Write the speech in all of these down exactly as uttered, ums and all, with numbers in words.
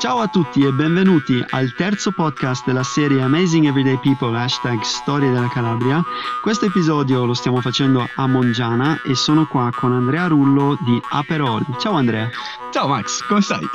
Ciao a tutti e benvenuti al terzo podcast della serie Amazing Everyday People hashtag Storie della Calabria. Questo episodio lo stiamo facendo a Mongiana e sono qua con Andrea Rullo di Aperol. Ciao Andrea. Ciao Max, come stai?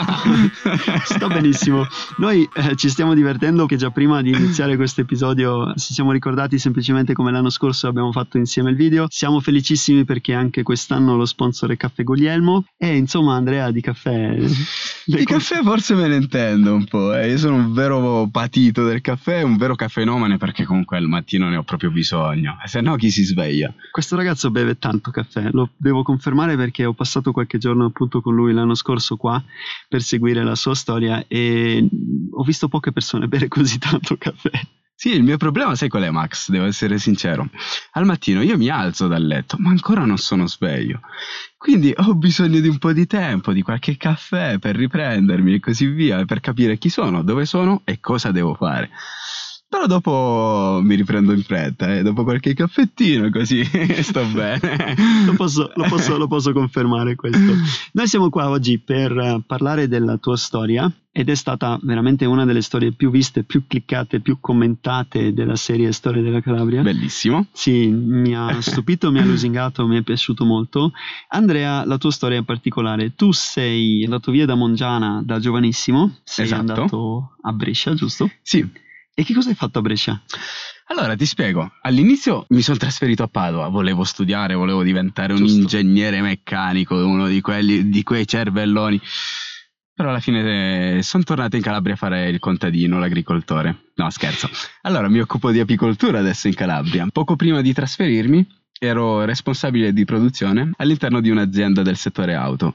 Sto benissimo. Noi eh, ci stiamo divertendo che già prima di iniziare questo episodio ci siamo ricordati semplicemente come l'anno scorso abbiamo fatto insieme il video. Siamo felicissimi perché anche quest'anno lo sponsor è Caffè Guglielmo e insomma Andrea di caffè... Di caffè forse me ne intendo un po', eh. Io sono un vero patito del caffè, un vero caffenomane perché comunque al mattino ne ho proprio bisogno, se no chi si sveglia? Questo ragazzo beve tanto caffè, lo devo confermare perché ho passato qualche giorno appunto con lui l'anno scorso qua per seguire la sua storia e ho visto poche persone bere così tanto caffè. Sì, il mio problema sai qual è, Max? Devo essere sincero. Al mattino io mi alzo dal letto, ma ancora non sono sveglio. Quindi ho bisogno di un po' di tempo, di qualche caffè per riprendermi e così via, per capire chi sono, dove sono e cosa devo fare. Però dopo mi riprendo in fretta, eh? Dopo qualche caffettino così sto bene. Lo posso, lo, posso, lo posso confermare questo. Noi siamo qua oggi per uh, parlare della tua storia ed è stata veramente una delle storie più viste, più cliccate, più commentate della serie Storie della Calabria. Bellissimo. Sì, mi ha stupito, mi ha lusingato, mi è piaciuto molto. Andrea, la tua storia è particolare. Tu sei andato via da Mongiana da giovanissimo, sei esatto. andato a Brescia, giusto? Sì. E che cosa hai fatto a Brescia? Allora ti spiego, all'inizio mi sono trasferito a Padova, volevo studiare, volevo diventare un Giusto. ingegnere meccanico, uno di quelli, di quei cervelloni, però alla fine sono tornato in Calabria a fare il contadino, l'agricoltore, no scherzo. Allora mi occupo di apicoltura adesso in Calabria. Poco prima di trasferirmi ero responsabile di produzione all'interno di un'azienda del settore auto,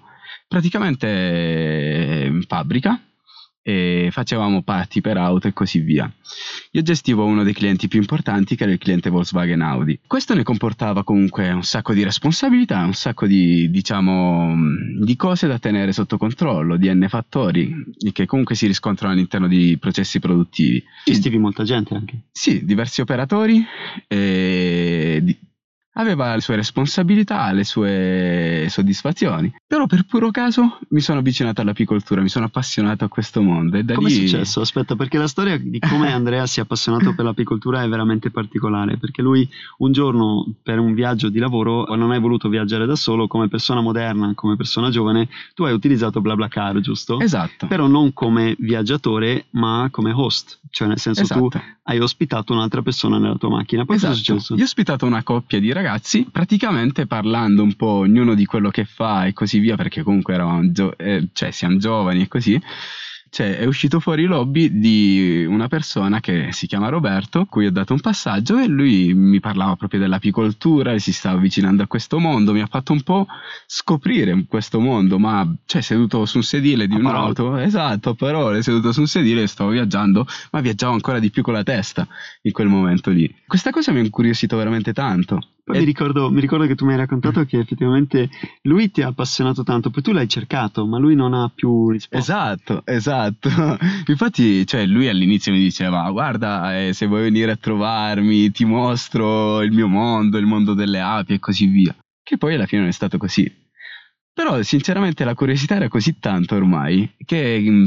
praticamente in fabbrica. E facevamo parti per auto e così via. Io gestivo uno dei clienti più importanti che era il cliente Volkswagen Audi. Questo ne comportava comunque un sacco di responsabilità, un sacco di, diciamo, di cose da tenere sotto controllo, di n fattori che comunque si riscontrano all'interno di processi produttivi. Gestivi molta gente anche? Sì, diversi operatori e di, aveva le sue responsabilità, le sue soddisfazioni, però per puro caso mi sono avvicinato all'apicoltura, mi sono appassionato a questo mondo e da come lì... è successo? Aspetta, perché la storia di come Andrea si è appassionato per l'apicoltura è veramente particolare, perché lui un giorno per un viaggio di lavoro non hai voluto viaggiare da solo, come persona moderna, come persona giovane, tu hai utilizzato BlaBlaCar, giusto? Esatto. Però non come viaggiatore, ma come host, cioè nel senso esatto. tu hai ospitato un'altra persona nella tua macchina. Poi esatto. cosa è successo? Io ho ospitato una coppia di ragazzi, praticamente parlando un po' ognuno di quello che fa e così via, perché comunque eravamo gio- eh, cioè siamo giovani e così. Cioè è uscito fuori l'hobby di una persona che si chiama Roberto, cui ho dato un passaggio e lui mi parlava proprio dell'apicoltura e si stava avvicinando a questo mondo, mi ha fatto un po' scoprire questo mondo, ma cioè seduto su un sedile di a un'auto, parole. esatto, a parole, seduto su un sedile stavo viaggiando, ma viaggiavo ancora di più con la testa in quel momento lì. Questa cosa mi ha incuriosito veramente tanto. Poi e... mi, ricordo, mi ricordo che tu mi hai raccontato che effettivamente lui ti ha appassionato tanto, poi tu l'hai cercato, ma lui non ha più risposto. Esatto, esatto. Infatti, cioè, lui all'inizio mi diceva: guarda, eh, se vuoi venire a trovarmi, ti mostro il mio mondo, il mondo delle api e così via. Che poi alla fine non è stato così. Però sinceramente la curiosità era così tanto ormai che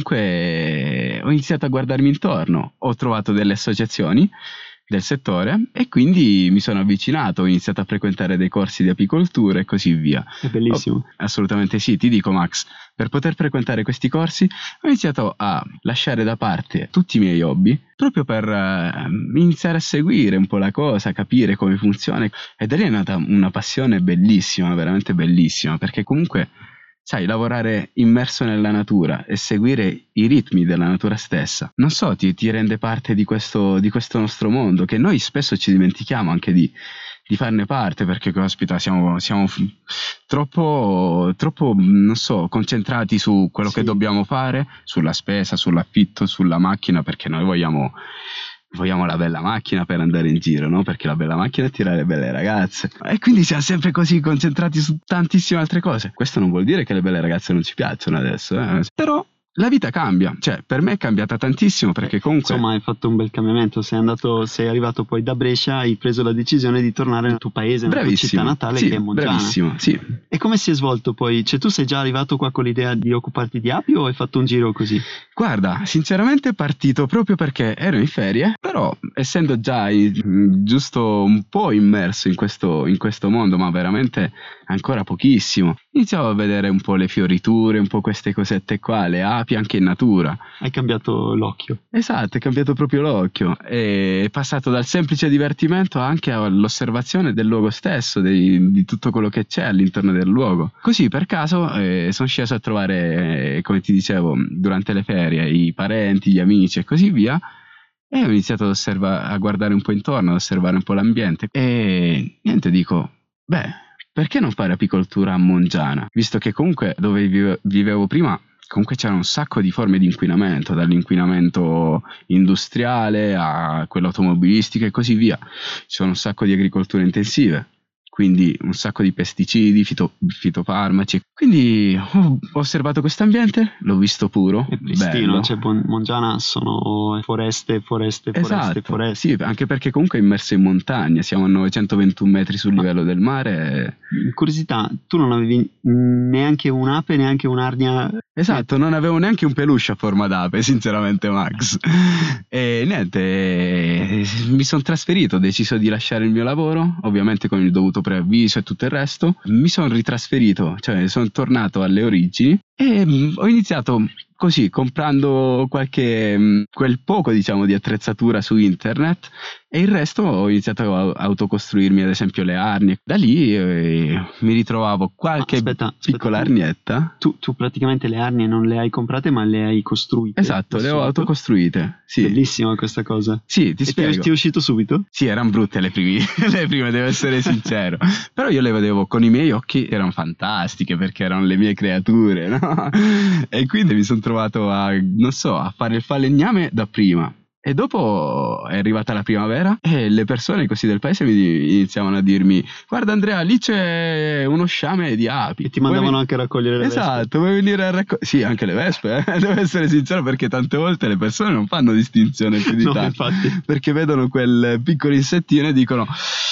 comunque ho iniziato a guardarmi intorno, ho trovato delle associazioni del settore e quindi mi sono avvicinato, ho iniziato a frequentare dei corsi di apicoltura e così via. È bellissimo. Oh, assolutamente sì, ti dico Max, per poter frequentare questi corsi ho iniziato a lasciare da parte tutti i miei hobby proprio per uh, iniziare a seguire un po' la cosa, capire come funziona e da lì è nata una passione bellissima, veramente bellissima, perché comunque sai, lavorare immerso nella natura e seguire i ritmi della natura stessa, non so, ti, ti rende parte di questo, di questo nostro mondo, che noi spesso ci dimentichiamo anche di, di farne parte, perché ospita, siamo, siamo troppo, troppo, non so, concentrati su quello sì. che dobbiamo fare, sulla spesa, sull'affitto, sulla macchina, perché noi vogliamo... vogliamo la bella macchina per andare in giro, no? Perché la bella macchina attira le belle ragazze e quindi siamo sempre così concentrati su tantissime altre cose. Questo non vuol dire che le belle ragazze non ci piacciono adesso, eh? Però la vita cambia, cioè per me è cambiata tantissimo perché comunque... Insomma hai fatto un bel cambiamento, sei andato, sei arrivato poi da Brescia, hai preso la decisione di tornare nel tuo paese, nella tua città natale, sì, che è Mongiana. Bravissimo, sì. E come si è svolto poi? Cioè tu sei già arrivato qua con l'idea di occuparti di api o hai fatto un giro così? Guarda, sinceramente è partito proprio perché ero in ferie, però essendo già in- giusto un po' immerso in questo, in questo mondo, ma veramente ancora pochissimo, iniziavo a vedere un po' le fioriture, un po' queste cosette qua, le api anche in natura. Hai cambiato l'occhio. Esatto, è cambiato proprio l'occhio, è passato dal semplice divertimento anche all'osservazione del luogo stesso, dei- di tutto quello che c'è all'interno del luogo. Così per caso eh, sono sceso a trovare, eh, come ti dicevo, durante le ferie, i parenti, gli amici e così via, e ho iniziato ad osserva- a guardare un po' intorno, ad osservare un po' l'ambiente e niente, dico, beh, perché non fare apicoltura a Mongiana? Visto che comunque dove vive- vivevo prima comunque c'era un sacco di forme di inquinamento, dall'inquinamento industriale a quello automobilistico e così via. Ci sono un sacco di agricolture intensive, quindi un sacco di pesticidi, fito- fitofarmaci. Quindi ho osservato questo ambiente, l'ho visto puro, È pristino, bello. cioè Bon- Mongiana sono foreste, foreste, foreste, Esatto, foreste. sì, anche perché comunque è immerso in montagna, siamo a novecentoventuno metri sul Ma- livello del mare. Curiosità, tu non avevi neanche un'ape, neanche un'arnia? Esatto, non avevo neanche un peluche a forma d'ape, sinceramente, Max. E niente, eh, mi sono trasferito, ho deciso di lasciare il mio lavoro, ovviamente con il dovuto preavviso e tutto il resto. Mi sono ritrasferito, cioè sono tornato alle origini e mm, ho iniziato così, comprando qualche, mm, quel poco, diciamo, di attrezzatura su internet e il resto ho iniziato a autocostruirmi, ad esempio, le arnie. Da lì eh, mi ritrovavo qualche Aspetta, aspetta, piccola tu- arnietta. Tu, tu praticamente le arnie non le hai comprate, ma le hai costruite. Esatto, da le ho subito? autocostruite, sì. Bellissima questa cosa. Sì, ti E ti è, spiego. ti è uscito subito? Sì, erano brutte le prime, le prime, devo essere sincero. Però io le vedevo con i miei occhi, erano fantastiche perché erano le mie creature, no? E quindi mi sono trovato a, non so, a fare il falegname da prima. E dopo è arrivata la primavera e le persone così del paese mi iniziavano a dirmi: guarda Andrea, lì c'è uno sciame di api. E ti mandavano Vuoi- anche a raccogliere le vespe? Esatto, vuoi venire a raccogliere? Sì, anche le vespe, eh? Devo essere sincero perché tante volte le persone non fanno distinzione più di No, tanto. infatti. Perché vedono quel piccolo insettino e dicono: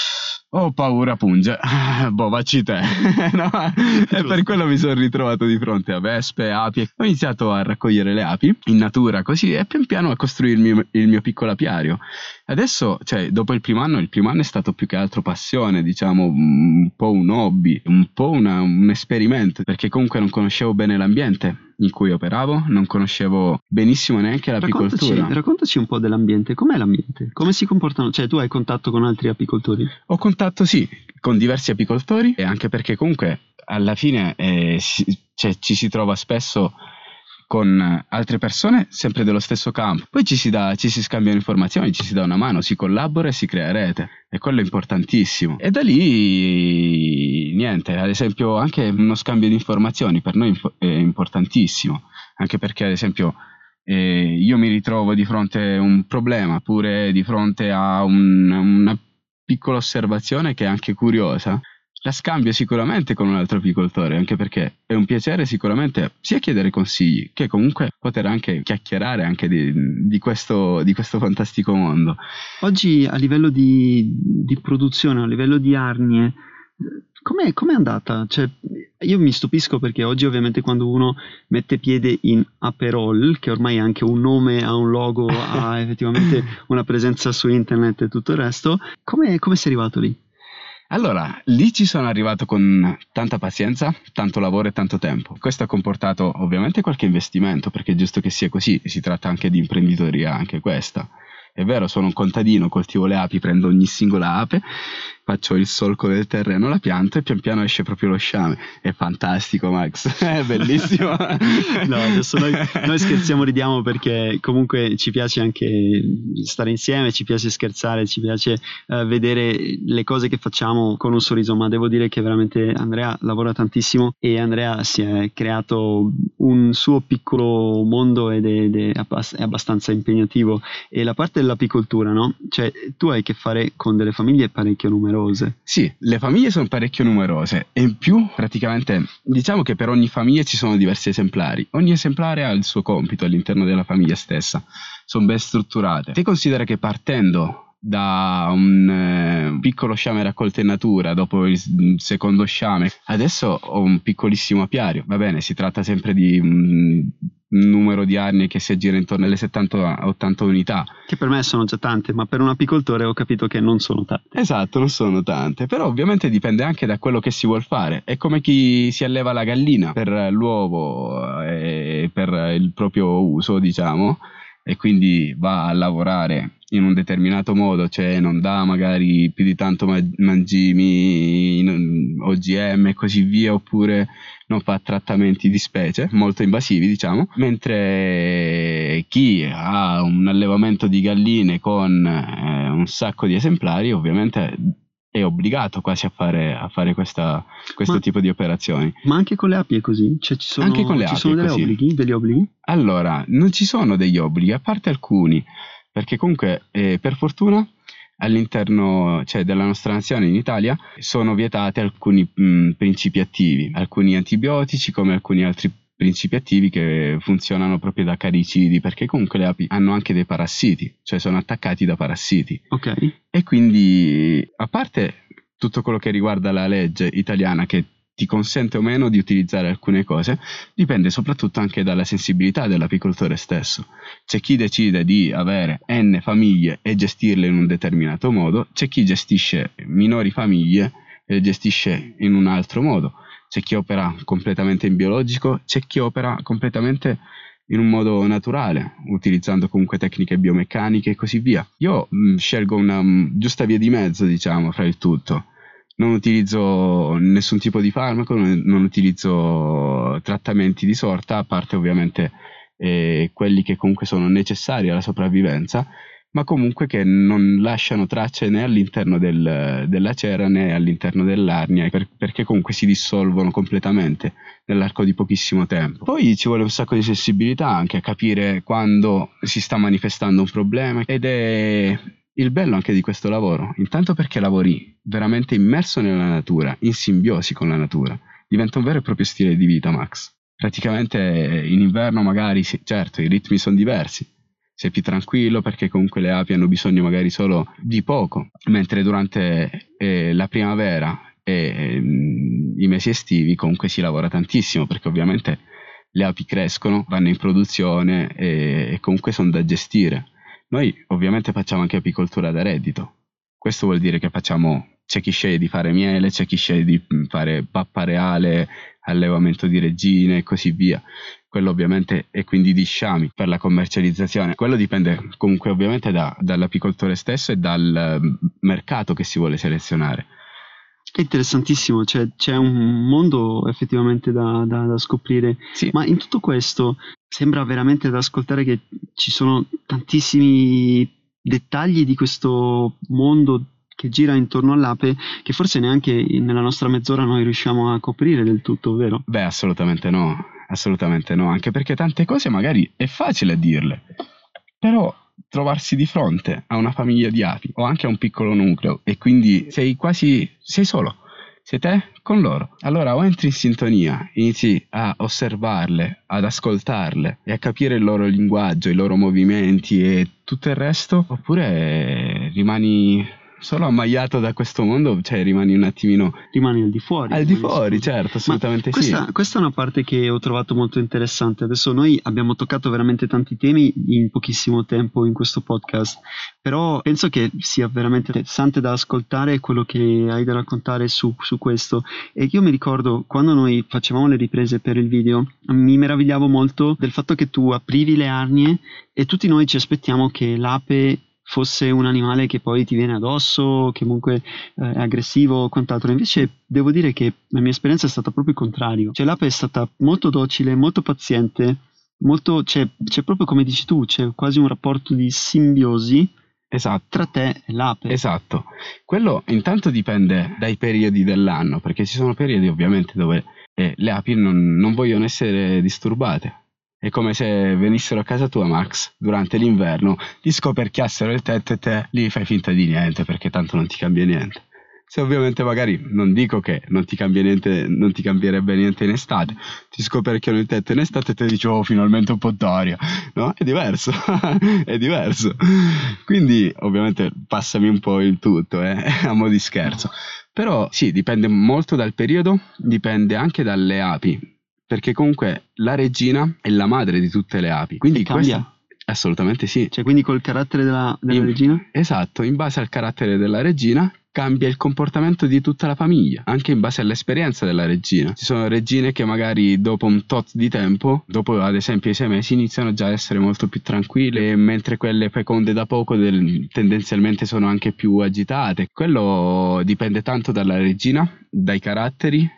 ho paura punge, boh, vacci te. No? E per quello mi sono ritrovato di fronte a vespe, api. Ho iniziato a raccogliere le api in natura così e pian piano a costruirmi il mio piccolo apiario. Adesso, cioè, dopo il primo anno, il primo anno è stato più che altro passione, diciamo, un po' un hobby, un po' una- un esperimento, perché comunque non conoscevo bene l'ambiente in cui operavo, non conoscevo benissimo neanche Raccontaci, l'apicoltura. raccontaci un po' dell'ambiente. Com'è l'ambiente? Come si comportano? Cioè, tu hai contatto con altri apicoltori? Ho contatto, sì, con diversi apicoltori e anche perché comunque alla fine eh, si- cioè, ci si trova spesso con altre persone sempre dello stesso campo. Poi ci si dà, ci si scambiano informazioni, ci si dà una mano, si collabora e si crea rete. E quello è importantissimo. E da lì, niente, ad esempio anche uno scambio di informazioni per noi info- è importantissimo. Anche perché, ad esempio, eh, io mi ritrovo di fronte a un problema, pure di fronte a un- una piccola osservazione che è anche curiosa. La scambio sicuramente con un altro apicoltore, anche perché è un piacere sicuramente sia chiedere consigli, che comunque poter anche chiacchierare anche di, di questo, di questo fantastico mondo. Oggi a livello di, di produzione, a livello di arnie, eh, com'è, com'è andata? Cioè, io mi stupisco perché oggi ovviamente quando uno mette piede in Aperol, che ormai ha anche un nome, ha un logo, ha effettivamente una presenza su internet e tutto il resto, come, come sei arrivato lì? Allora, lì ci sono arrivato con tanta pazienza, tanto lavoro e tanto tempo. Questo ha comportato ovviamente qualche investimento, perché è giusto che sia così, si tratta anche di imprenditoria, anche questa. È vero, sono un contadino, coltivo le api, prendo ogni singola ape, faccio il solco del terreno, la pianto e pian piano esce proprio lo sciame. È fantastico, Max, è bellissimo. No, adesso noi, noi scherziamo, ridiamo perché comunque ci piace anche stare insieme, ci piace scherzare, ci piace eh, vedere le cose che facciamo con un sorriso, ma devo dire che veramente Andrea lavora tantissimo e Andrea si è creato un suo piccolo mondo ed è, ed è abbast- è abbastanza impegnativo. E la parte dell'apicoltura, no? Cioè tu hai a che fare con delle famiglie parecchio numerose. numerose. Sì, le famiglie sono parecchio numerose e in più praticamente diciamo che per ogni famiglia ci sono diversi esemplari. Ogni esemplare ha il suo compito all'interno della famiglia stessa, sono ben strutturate. Ti considera che partendo da un eh, piccolo sciame raccolto in natura, dopo il secondo sciame, adesso ho un piccolissimo apiario. Va bene, si tratta sempre di un numero di arnie che si aggira intorno alle settanta ottanta unità. Che per me sono già tante, ma per un apicoltore ho capito che non sono tante. Esatto, non sono tante, però ovviamente dipende anche da quello che si vuol fare. È come chi si alleva la gallina per l'uovo e per il proprio uso, diciamo, e quindi va a lavorare in un determinato modo, cioè non dà magari più di tanto mangimi O G M e così via, oppure non fa trattamenti di specie molto invasivi, diciamo, mentre chi ha un allevamento di galline con eh, un sacco di esemplari ovviamente è obbligato quasi a fare, a fare questa, questo ma, tipo di operazioni. Ma anche con le api è così? Cioè ci sono, anche con le ci api sono degli così. obblighi, degli obblighi? Allora, non ci sono degli obblighi, a parte alcuni, perché comunque eh, per fortuna all'interno, cioè, della nostra nazione in Italia sono vietati alcuni mh, principi attivi, alcuni antibiotici come alcuni altri principi attivi che funzionano proprio da caricidi, perché comunque le api hanno anche dei parassiti, cioè sono attaccati da parassiti. Ok. E quindi, a parte tutto quello che riguarda la legge italiana che ti consente o meno di utilizzare alcune cose, dipende soprattutto anche dalla sensibilità dell'apicoltore stesso. C'è chi decide di avere n famiglie e gestirle in un determinato modo, c'è chi gestisce minori famiglie e le gestisce in un altro modo, c'è chi opera completamente in biologico, c'è chi opera completamente in un modo naturale, utilizzando comunque tecniche biomeccaniche e così via. Io mh, scelgo una mh, giusta via di mezzo, diciamo, fra il tutto. Non utilizzo nessun tipo di farmaco, non, non utilizzo trattamenti di sorta, a parte ovviamente eh, quelli che comunque sono necessari alla sopravvivenza, ma comunque che non lasciano tracce né all'interno del, della cera né all'interno dell'arnia, per, perché comunque si dissolvono completamente nell'arco di pochissimo tempo. Poi ci vuole un sacco di sensibilità anche a capire quando si sta manifestando un problema, ed è il bello anche di questo lavoro, intanto perché lavori veramente immerso nella natura, in simbiosi con la natura, diventa un vero e proprio stile di vita, Max. Praticamente in inverno magari, sì, certo, i ritmi sono diversi, sei più tranquillo perché comunque le api hanno bisogno magari solo di poco, mentre durante eh, la primavera e eh, i mesi estivi comunque si lavora tantissimo, perché ovviamente le api crescono, vanno in produzione e, e comunque sono da gestire. Noi ovviamente facciamo anche apicoltura da reddito, questo vuol dire che facciamo, c'è chi sceglie di fare miele, c'è chi sceglie di fare pappa reale, allevamento di regine e così via. Quello ovviamente è quindi di sciami per la commercializzazione. Quello dipende comunque ovviamente da, dall'apicoltore stesso e dal mercato che si vuole selezionare. È interessantissimo, cioè, c'è un mondo effettivamente da, da, da scoprire, sì. Ma in tutto questo sembra veramente da ascoltare che ci sono tantissimi dettagli di questo mondo che gira intorno all'ape che forse neanche nella nostra mezz'ora noi riusciamo a coprire del tutto, vero? Beh, assolutamente no, assolutamente no, anche perché tante cose magari è facile dirle, però trovarsi di fronte a una famiglia di api o anche a un piccolo nucleo e quindi sei quasi, sei solo, sei te con loro. Allora o entri in sintonia, inizi a osservarle, ad ascoltarle e a capire il loro linguaggio, i loro movimenti e tutto il resto, oppure rimani solo ammaliato da questo mondo, cioè rimani un attimino rimani al di fuori al di fuori, certo, assolutamente. Ma questa, sì. Questa è una parte che ho trovato molto interessante. Adesso noi abbiamo toccato veramente tanti temi in pochissimo tempo in questo podcast, però penso che sia veramente interessante da ascoltare quello che hai da raccontare su, su questo. E io mi ricordo quando noi facevamo le riprese per il video, mi meravigliavo molto del fatto che tu aprivi le arnie e tutti noi ci aspettiamo che l'ape fosse un animale che poi ti viene addosso, che comunque eh, è aggressivo o quant'altro. Invece devo dire che la mia esperienza è stata proprio il contrario. Cioè l'ape è stata molto docile, molto paziente, molto, c'è, c'è proprio come dici tu, c'è quasi un rapporto di simbiosi, esatto, tra te e l'ape. Esatto. Quello intanto dipende dai periodi dell'anno, perché ci sono periodi ovviamente dove eh, le api non, non vogliono essere disturbate. È come se venissero a casa tua, Max, durante l'inverno, ti scoperchiassero il tetto e te lì fai finta di niente perché tanto non ti cambia niente. Se ovviamente magari, non dico che non ti cambia niente, non ti cambierebbe niente in estate, ti scoperchiano il tetto in estate e ti dici oh finalmente un po' d'aria, no? È diverso, è diverso. Quindi ovviamente passami un po' il tutto, eh, a mo' di scherzo. Però sì, dipende molto dal periodo, dipende anche dalle api, perché comunque la regina è la madre di tutte le api. Quindi E cambia? questa assolutamente sì. Cioè, quindi col carattere della, della In- regina? Esatto, in base al carattere della regina cambia il comportamento di tutta la famiglia, anche in base all'esperienza della regina. Ci sono regine che magari dopo un tot di tempo, dopo ad esempio i sei mesi, iniziano già ad essere molto più tranquille, mentre quelle feconde da poco del- tendenzialmente sono anche più agitate. Quello dipende tanto dalla regina, dai caratteri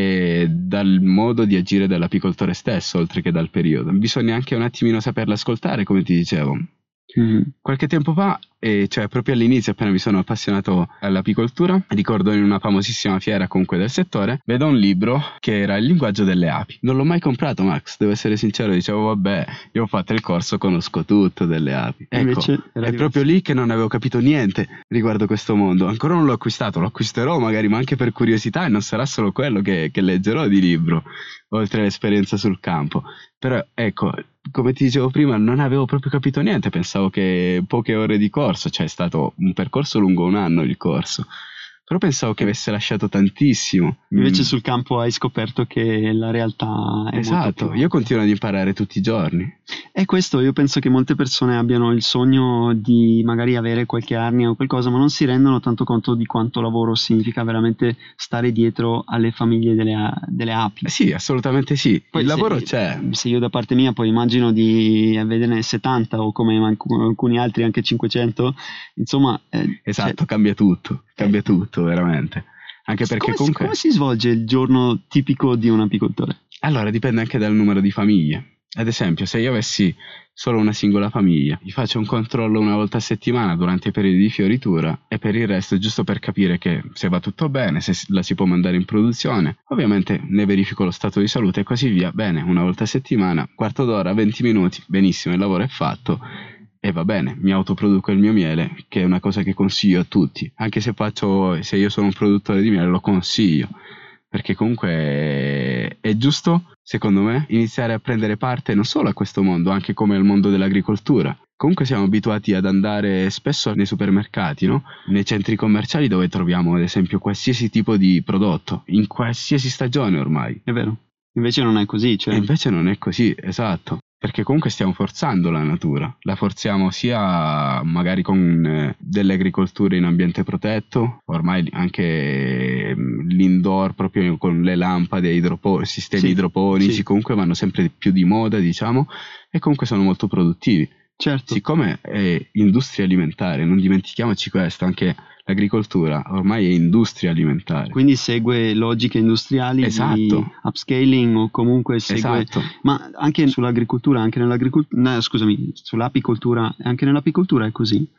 e dal modo di agire dell'apicoltore stesso, oltre che dal periodo. Bisogna anche un attimino saperla ascoltare, come ti dicevo. Mm. Qualche tempo fa, e cioè proprio all'inizio, appena mi sono appassionato all'apicoltura, ricordo in una famosissima fiera comunque del settore, vedo un libro che era Il linguaggio delle api. Non l'ho mai comprato, Max, devo essere sincero, dicevo vabbè, io ho fatto il corso, conosco tutto delle api. Ecco, Invece era è diverso. proprio lì che non avevo capito niente riguardo questo mondo. Ancora non l'ho acquistato, lo acquisterò magari, ma anche per curiosità, e non sarà solo quello che, che leggerò di libro, oltre all'esperienza sul campo. Però ecco, come ti dicevo prima, non avevo proprio capito niente, pensavo che poche ore di corso, cioè è stato un percorso lungo un anno il corso, però pensavo che avesse lasciato tantissimo. Invece Mm. sul campo hai scoperto che la realtà è molto Esatto, più... io continuo ad imparare tutti i giorni. E questo io penso che molte persone abbiano il sogno di magari avere qualche arnia o qualcosa, ma non si rendono tanto conto di quanto lavoro significa veramente stare dietro alle famiglie delle, a- delle api. Eh sì, assolutamente sì, Poi il se- lavoro c'è. Se io da parte mia poi immagino di vederne settanta o come alc- alcuni altri anche cinquecento, insomma... eh, Esatto, cioè, cambia tutto, cambia tutto veramente. Anche perché come, si- comunque... come si svolge il giorno tipico di un apicoltore? Allora, dipende anche dal numero di famiglie. Ad esempio, se io avessi solo una singola famiglia, gli faccio un controllo una volta a settimana durante i periodi di fioritura e per il resto giusto per capire che se va tutto bene, se la si può mandare in produzione. Ovviamente ne verifico lo stato di salute e così via. Bene, una volta a settimana, quarto d'ora, venti minuti, benissimo, il lavoro è fatto. E va bene, mi autoproduco il mio miele, che è una cosa che consiglio a tutti. Anche se faccio, se io sono un produttore di miele, lo consiglio. Perché comunque è giusto, secondo me, iniziare a prendere parte non solo a questo mondo, anche come al mondo dell'agricoltura. Comunque siamo abituati ad andare spesso nei supermercati, no? Nei centri commerciali dove troviamo ad esempio qualsiasi tipo di prodotto, in qualsiasi stagione ormai. È vero. Invece non è così, cioè... E invece non è così, esatto. Perché comunque stiamo forzando la natura, la forziamo sia magari con eh, delle agricolture in ambiente protetto, ormai anche mm, l'indoor proprio con le lampade, idropo- sistemi Sì, idroponici, sì. comunque vanno sempre più di moda, diciamo, e comunque sono molto produttivi. Certo. Siccome è industria alimentare, non dimentichiamoci questo, anche l'agricoltura ormai è industria alimentare. Quindi segue logiche industriali di Esatto. upscaling o comunque segue... Esatto. Ma anche sull'agricoltura, anche nell'agricoltura... No, scusami, sull'apicoltura, anche nell'apicoltura è così?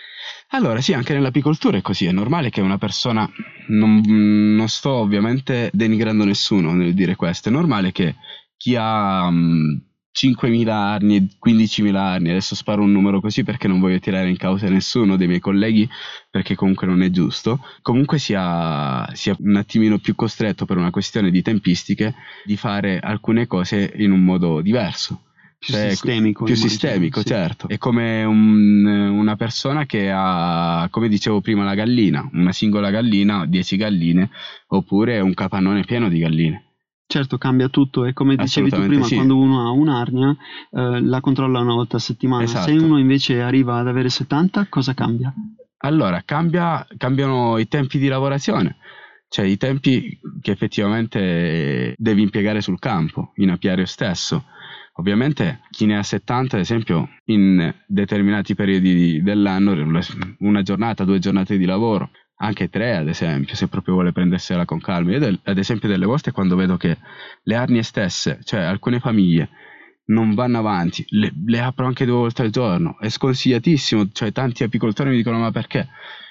Allora sì, anche nell'apicoltura è così, è normale che una persona, non, non sto ovviamente denigrando nessuno nel dire questo, è normale che chi ha mh, cinquemila arnie, quindicimila arnie, adesso sparo un numero così perché non voglio tirare in causa nessuno dei miei colleghi, perché comunque non è giusto, comunque sia, sia un attimino più costretto per una questione di tempistiche di fare alcune cose in un modo diverso. Più Cioè, sistemico. più immagino, sistemico, sì. certo. È come un- una persona che ha, come dicevo prima, la gallina, una singola gallina, dieci galline, oppure un capannone pieno di galline. Certo, cambia tutto e come dicevi tu Assolutamente prima, sì. quando uno ha un'arnia eh, la controlla una volta a settimana. Esatto. Se uno invece arriva ad avere settanta, cosa cambia? Allora, cambia, cambiano i tempi di lavorazione, cioè i tempi che effettivamente devi impiegare sul campo, in apiario stesso. Ovviamente chi ne ha settanta, ad esempio, in determinati periodi dell'anno, una giornata, due giornate di lavoro, anche tre ad esempio, se proprio vuole prendersela con calma. Io del- ad esempio delle volte quando vedo che le arnie stesse, cioè alcune famiglie, non vanno avanti, le, le apro anche due volte al giorno, è sconsigliatissimo, cioè tanti apicoltori mi dicono ma perché?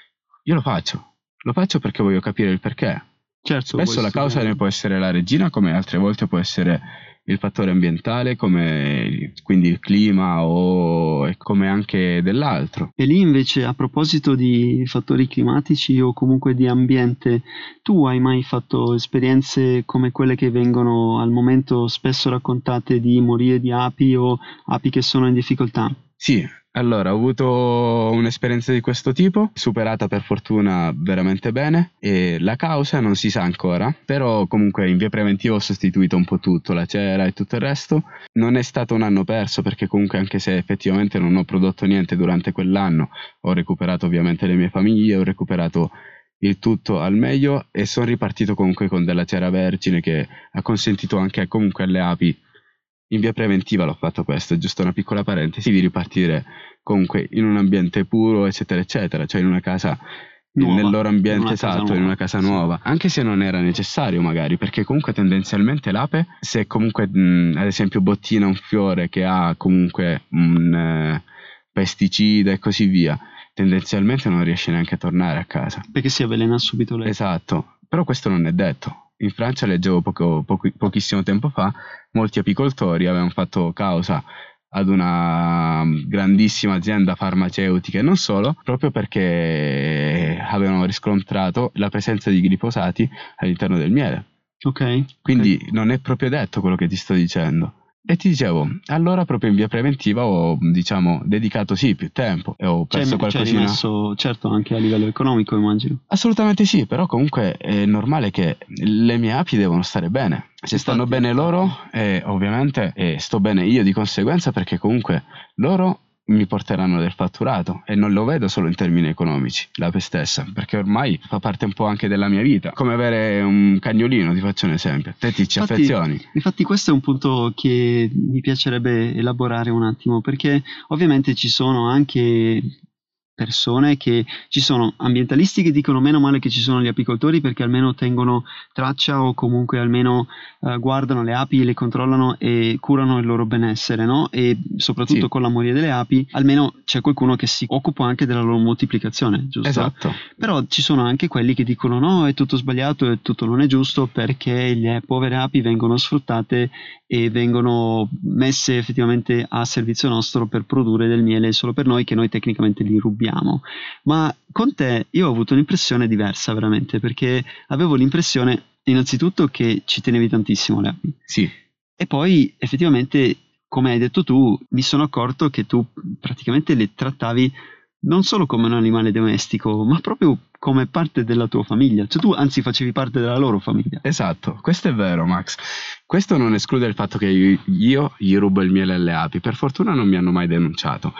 Io lo faccio, lo faccio perché voglio capire il perché. Certo, Spesso vuoi la causa studiare. ne può essere la regina, come altre volte può essere il fattore ambientale, come quindi il clima o come anche dell'altro. E lì invece, a proposito di fattori climatici o comunque di ambiente, tu hai mai fatto esperienze come quelle che vengono al momento spesso raccontate di morie di api o api che sono in difficoltà? Sì, allora ho avuto un'esperienza di questo tipo, superata per fortuna veramente bene, e la causa non si sa ancora, però comunque in via preventiva ho sostituito un po' tutto, la cera e tutto il resto. Non è stato un anno perso, perché comunque anche se effettivamente non ho prodotto niente durante quell'anno, ho recuperato ovviamente le mie famiglie, ho recuperato il tutto al meglio e sono ripartito comunque con della cera vergine che ha consentito anche comunque alle api. In via preventiva l'ho fatto questo, giusto una piccola parentesi, di ripartire comunque in un ambiente puro, eccetera, eccetera, cioè in una casa, Nuova, nel loro ambiente, in una casa esatto, nuova, in una casa sì. nuova, anche se non era necessario magari, perché comunque tendenzialmente l'ape, se comunque mh, ad esempio bottina un fiore che ha comunque un eh, pesticida e così via, tendenzialmente non riesce neanche a tornare a casa. Perché si avvelena subito lei. Esatto, però questo non è detto. In Francia leggevo poco, poco, pochissimo tempo fa, molti apicoltori avevano fatto causa ad una grandissima azienda farmaceutica e non solo, proprio perché avevano riscontrato la presenza di glifosati all'interno del miele. Ok. Quindi ok. non è proprio detto quello che ti sto dicendo. E ti dicevo, allora proprio in via preventiva ho, diciamo, dedicato sì più tempo e ho C'è, perso c'è qualcosina. rimesso, certo, anche a livello economico, immagino. Assolutamente sì, però comunque è normale che le mie api devono stare bene. Se Infatti, stanno bene infatti. loro, eh, ovviamente eh, sto bene io di conseguenza, perché comunque loro mi porteranno del fatturato e non lo vedo solo in termini economici, l'ape stessa, perché ormai fa parte un po' anche della mia vita, come avere un cagnolino, ti faccio un esempio, te ti ci Infatti, affezioni. infatti questo è un punto che mi piacerebbe elaborare un attimo, perché ovviamente ci sono anche persone che ci sono ambientalisti che dicono meno male che ci sono gli apicoltori perché almeno tengono traccia o comunque almeno eh, guardano le api, le controllano e curano il loro benessere, no? E soprattutto Sì. con la moria delle api almeno c'è qualcuno che si occupa anche della loro moltiplicazione, giusto? Esatto. Però ci sono anche quelli che dicono no, è tutto sbagliato, è tutto non è giusto perché le povere api vengono sfruttate e vengono messe effettivamente a servizio nostro per produrre del miele solo per noi, che noi tecnicamente li rubiamo. Ma con te io ho avuto un'impressione diversa veramente, perché avevo l'impressione innanzitutto che ci tenevi tantissimo alle api. Sì. E poi effettivamente, come hai detto tu, mi sono accorto che tu praticamente le trattavi non solo come un animale domestico, ma proprio come parte della tua famiglia. Cioè tu anzi facevi parte della loro famiglia. Esatto, questo è vero, Max. Questo non esclude il fatto che io, io gli rubo il miele alle api. Per fortuna non mi hanno mai denunciato.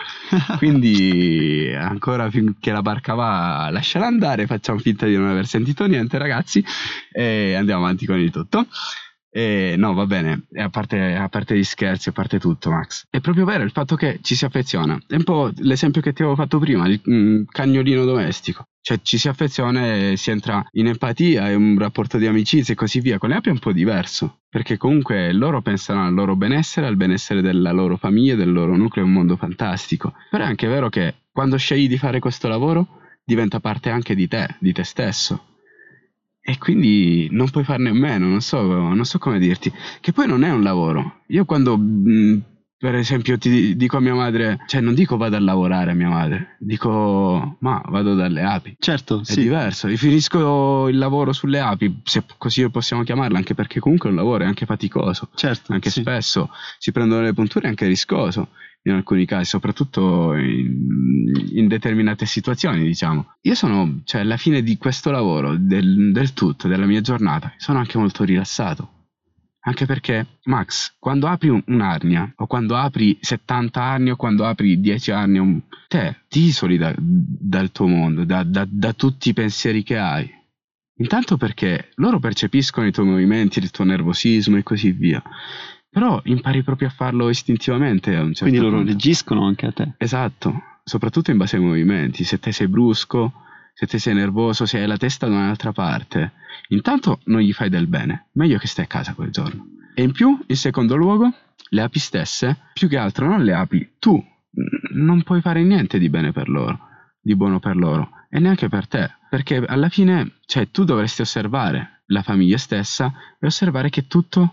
Quindi ancora finché la barca va, lasciala andare, facciamo finta di non aver sentito niente, ragazzi, e andiamo avanti con il tutto. E no, va bene, a parte, a parte gli scherzi, a parte tutto, Max. È proprio vero il fatto che ci si affeziona. È un po' l'esempio che ti avevo fatto prima, il mm, cagnolino domestico. Cioè ci si affeziona e si entra in empatia, è un rapporto di amicizia e così via. Con le api è un po' diverso, perché comunque loro pensano al loro benessere, al benessere della loro famiglia, del loro nucleo, è un mondo fantastico. Però è anche vero che quando scegli di fare questo lavoro diventa parte anche di te, di te stesso. E quindi non puoi farne a meno, non so, non so come dirti. Che poi non è un lavoro. Io quando, mh, per esempio, ti dico a mia madre, cioè non dico vado a lavorare a mia madre, dico ma vado dalle api. Certo, È sì. diverso. Io finisco il lavoro sulle api, se così possiamo chiamarlo, anche perché comunque è un lavoro, è anche faticoso. Certo, Anche sì. spesso si prendono le punture, è anche rischioso in alcuni casi, soprattutto in, in determinate situazioni, diciamo. Io sono, cioè, alla fine di questo lavoro, del, del tutto, della mia giornata, sono anche molto rilassato. Anche perché, Max, quando apri un, un'arnia, o quando apri settanta anni, o quando apri dieci anni, un, te ti isoli da, dal tuo mondo, da, da, da tutti i pensieri che hai. Intanto perché loro percepiscono i tuoi movimenti, il tuo nervosismo e così via. Però impari proprio a farlo istintivamente a un certo Quindi loro punto. reagiscono anche a te. Esatto, soprattutto in base ai movimenti. Se te sei brusco, se te sei nervoso, se hai la testa da un'altra parte, intanto non gli fai del bene, meglio che stai a casa quel giorno. E in più, in secondo luogo, le api stesse, più che altro non le api, tu non puoi fare niente di bene per loro, di buono per loro, e neanche per te, perché alla fine, cioè, tu dovresti osservare la famiglia stessa e osservare che tutto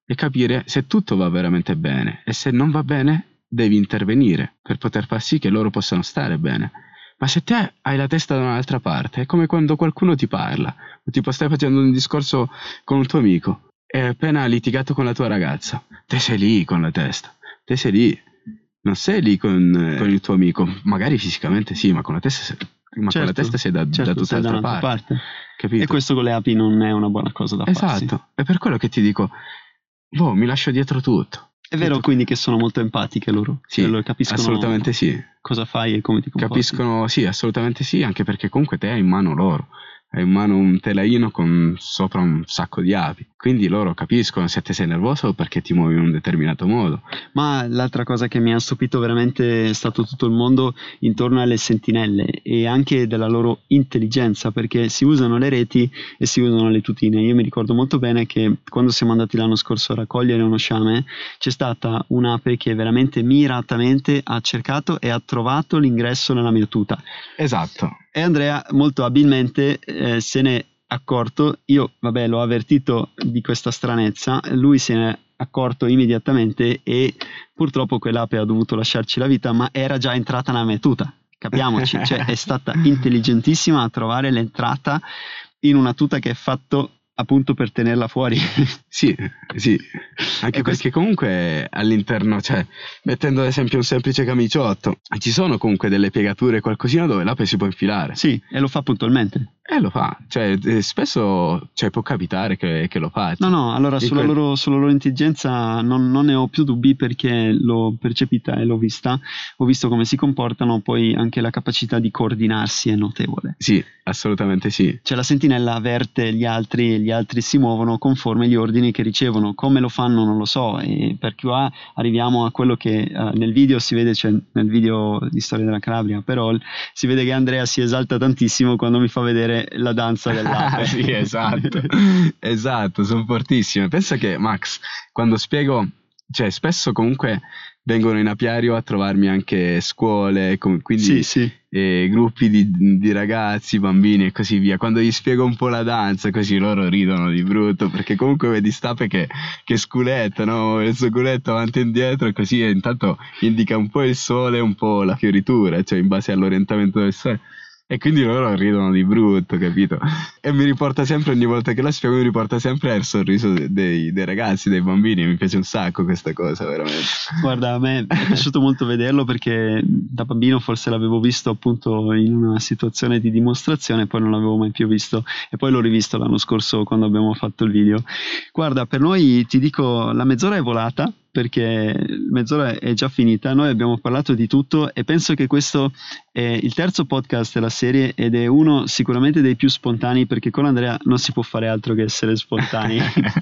e capire se tutto va veramente bene, e se non va bene devi intervenire per poter far sì che loro possano stare bene. Ma se te hai la testa da un'altra parte, è come quando qualcuno ti parla, o tipo stai facendo un discorso con un tuo amico e appena hai litigato con la tua ragazza, te sei lì con la testa, te sei lì, non sei lì con, con il tuo amico, magari fisicamente sì, ma con la testa sei, ma certo, con la testa sei da, certo, da tutt'altra sei da parte, parte. Capito? E questo con le api non è una buona cosa da farsi. Esatto, è per quello che ti dico, boh, mi lascio dietro tutto. È vero Tutto. quindi che sono molto empatiche loro, Sì, cioè loro capiscono assolutamente sì. cosa fai e come ti comporti. Capiscono, sì, assolutamente sì, anche perché comunque te hai in mano loro, hai in mano un telaino con sopra un sacco di api, quindi loro capiscono se te sei nervoso o perché ti muovi in un determinato modo. Ma l'altra cosa che mi ha stupito veramente è stato tutto il mondo intorno alle sentinelle e anche della loro intelligenza, perché si usano le reti e si usano le tutine. Io mi ricordo molto bene che quando siamo andati l'anno scorso a raccogliere uno sciame c'è stata un'ape che veramente miratamente ha cercato e ha trovato l'ingresso nella mia tuta. Esatto. E Andrea molto abilmente eh, se n'è accorto. Io vabbè l'ho avvertito di questa stranezza, lui se n'è accorto immediatamente e purtroppo quell'ape ha dovuto lasciarci la vita, ma era già entrata nella mia tuta, capiamoci, cioè è stata intelligentissima a trovare l'entrata in una tuta che è fatto appunto per tenerla fuori. Sì, sì, anche E perché questo- comunque all'interno, cioè, mettendo ad esempio un semplice camiciotto, ci sono comunque delle piegature, qualcosina dove l'ape si può infilare. Sì, e lo fa puntualmente. E lo fa, cioè eh, spesso cioè, può capitare che, che lo faccia. No, no, allora In sulla, quel- loro, sulla loro intelligenza non, non ne ho più dubbi perché l'ho percepita e l'ho vista, ho visto come si comportano, poi anche la capacità di coordinarsi è notevole. Sì, assolutamente sì. Cioè la sentinella avverte gli altri e gli altri si muovono conforme gli ordini che ricevono. Come lo fanno non lo so, e per Q A arriviamo a quello che uh, nel video si vede, cioè nel video di Storia della Calabria, però si vede che Andrea si esalta tantissimo quando mi fa vedere la danza dell'ape. Sì, esatto, esatto, sono fortissime. Pensa che Max, quando spiego, cioè spesso comunque vengono in apiario a trovarmi anche scuole, com- quindi Sì, sì. eh, gruppi di, di ragazzi, bambini e così via. Quando gli spiego un po' la danza, così loro ridono di brutto, perché comunque vedi Stape che, che sculetta, no? Il suo culetto avanti e indietro e così, e intanto indica un po' il sole e un po' la fioritura, cioè in base all'orientamento del sole. E quindi loro ridono di brutto, capito? E mi riporta sempre, ogni volta che la spiego, mi riporta sempre al sorriso dei, dei ragazzi, dei bambini. Mi piace un sacco questa cosa, veramente. Guarda, a me è piaciuto molto vederlo perché da bambino forse l'avevo visto appunto in una situazione di dimostrazione, poi non l'avevo mai più visto e poi l'ho rivisto l'anno scorso quando abbiamo fatto il video. Guarda, per noi ti dico, la mezz'ora è volata perché mezz'ora è già finita, noi abbiamo parlato di tutto e penso che questo è il terzo podcast della serie ed è uno sicuramente dei più spontanei perché con Andrea non si può fare altro che essere spontanei.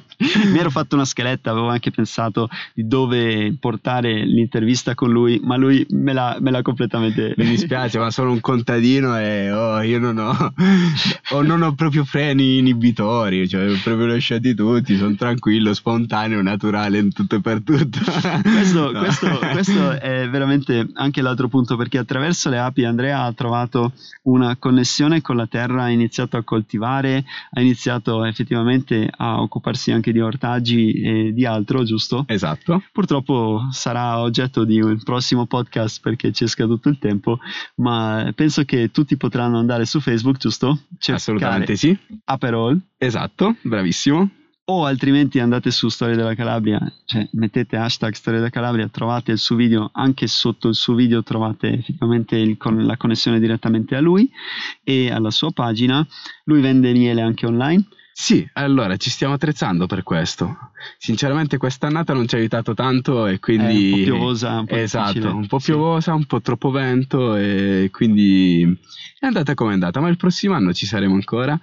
Mi ero fatto una scaletta, avevo anche pensato di dove portare l'intervista con lui, ma lui me l'ha, me l'ha completamente... Mi dispiace, ma sono un contadino e oh, io non ho, oh, non ho proprio freni inibitori, cioè proprio lasciati tutti, sono tranquillo, spontaneo, naturale, in tutto e per tutto. Questo, No. questo, questo è veramente anche l'altro punto perché attraverso le api Andrea ha trovato una connessione con la terra, ha iniziato a coltivare, ha iniziato effettivamente a occuparsi anche di ortaggi e di altro, giusto? Esatto. Purtroppo sarà oggetto di un prossimo podcast perché ci è scaduto il tempo, ma penso che tutti potranno andare su Facebook, giusto? Cercare Assolutamente sì. Aperol. Esatto, bravissimo. O altrimenti andate su Storia della Calabria, cioè mettete hashtag Storia della Calabria, trovate il suo video, anche sotto il suo video trovate effettivamente il con, la connessione direttamente a lui e alla sua pagina. Lui vende miele anche online. Sì, allora ci stiamo attrezzando per questo. Sinceramente quest'annata non ci ha aiutato tanto e quindi... È un po' piovosa, un po' esatto, difficile. un po' Sì. piovosa, un po' troppo vento e quindi è andata come è andata, ma il prossimo anno ci saremo ancora.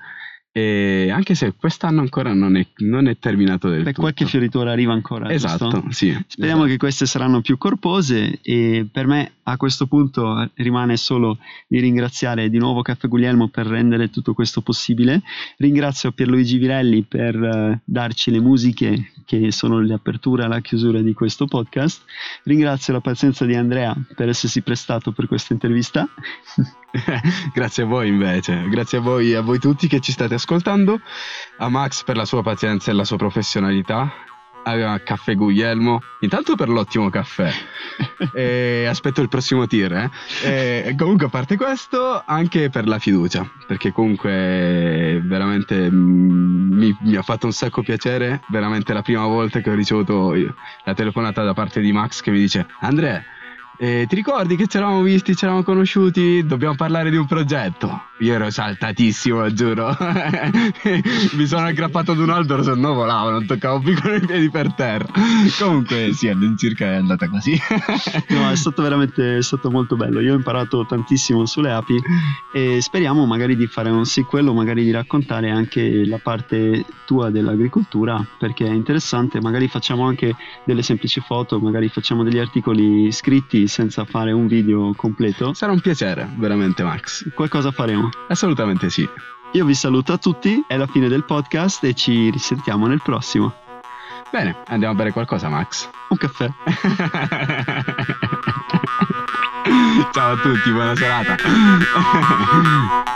E anche se quest'anno ancora non è, non è terminato del Beh, tutto. qualche fioritura arriva ancora, Esatto, giusto? sì. Speriamo esatto. che queste saranno più corpose e per me a questo punto rimane solo di ringraziare di nuovo Caffè Guglielmo per rendere tutto questo possibile. Ringrazio Pierluigi Virelli per uh, darci le musiche che sono le aperture e la chiusura di questo podcast. Ringrazio la pazienza di Andrea per essersi prestato per questa intervista. Grazie a voi invece, grazie a voi, a voi tutti che ci state ascoltando, a Max per la sua pazienza e la sua professionalità a Caffè Guglielmo, intanto per l'ottimo caffè. E aspetto il prossimo tir, eh. E comunque, a parte questo, anche per la fiducia, perché comunque veramente mi, mi ha fatto un sacco piacere. Veramente la prima volta che ho ricevuto la telefonata da parte di Max che mi dice: Andrea, Eh, ti ricordi che ci eravamo visti, ci eravamo conosciuti, dobbiamo parlare di un progetto? Io ero saltatissimo, giuro. Mi sono aggrappato ad un albero, se no volavo, non toccavo più con i piedi per terra. Comunque sì, all'incirca è andata così. No, è stato veramente, è stato molto bello. Io ho imparato tantissimo sulle api e speriamo magari di fare un sequel o magari di raccontare anche la parte tua dell'agricoltura, perché è interessante. Magari facciamo anche delle semplici foto, magari facciamo degli articoli scritti senza fare un video completo. Sarà un piacere, veramente, Max. Qualcosa faremo. Assolutamente sì. Io vi saluto a tutti, è la fine del podcast e ci risentiamo nel prossimo. Bene, andiamo a bere qualcosa, Max. Un caffè. Ciao a tutti, buona serata.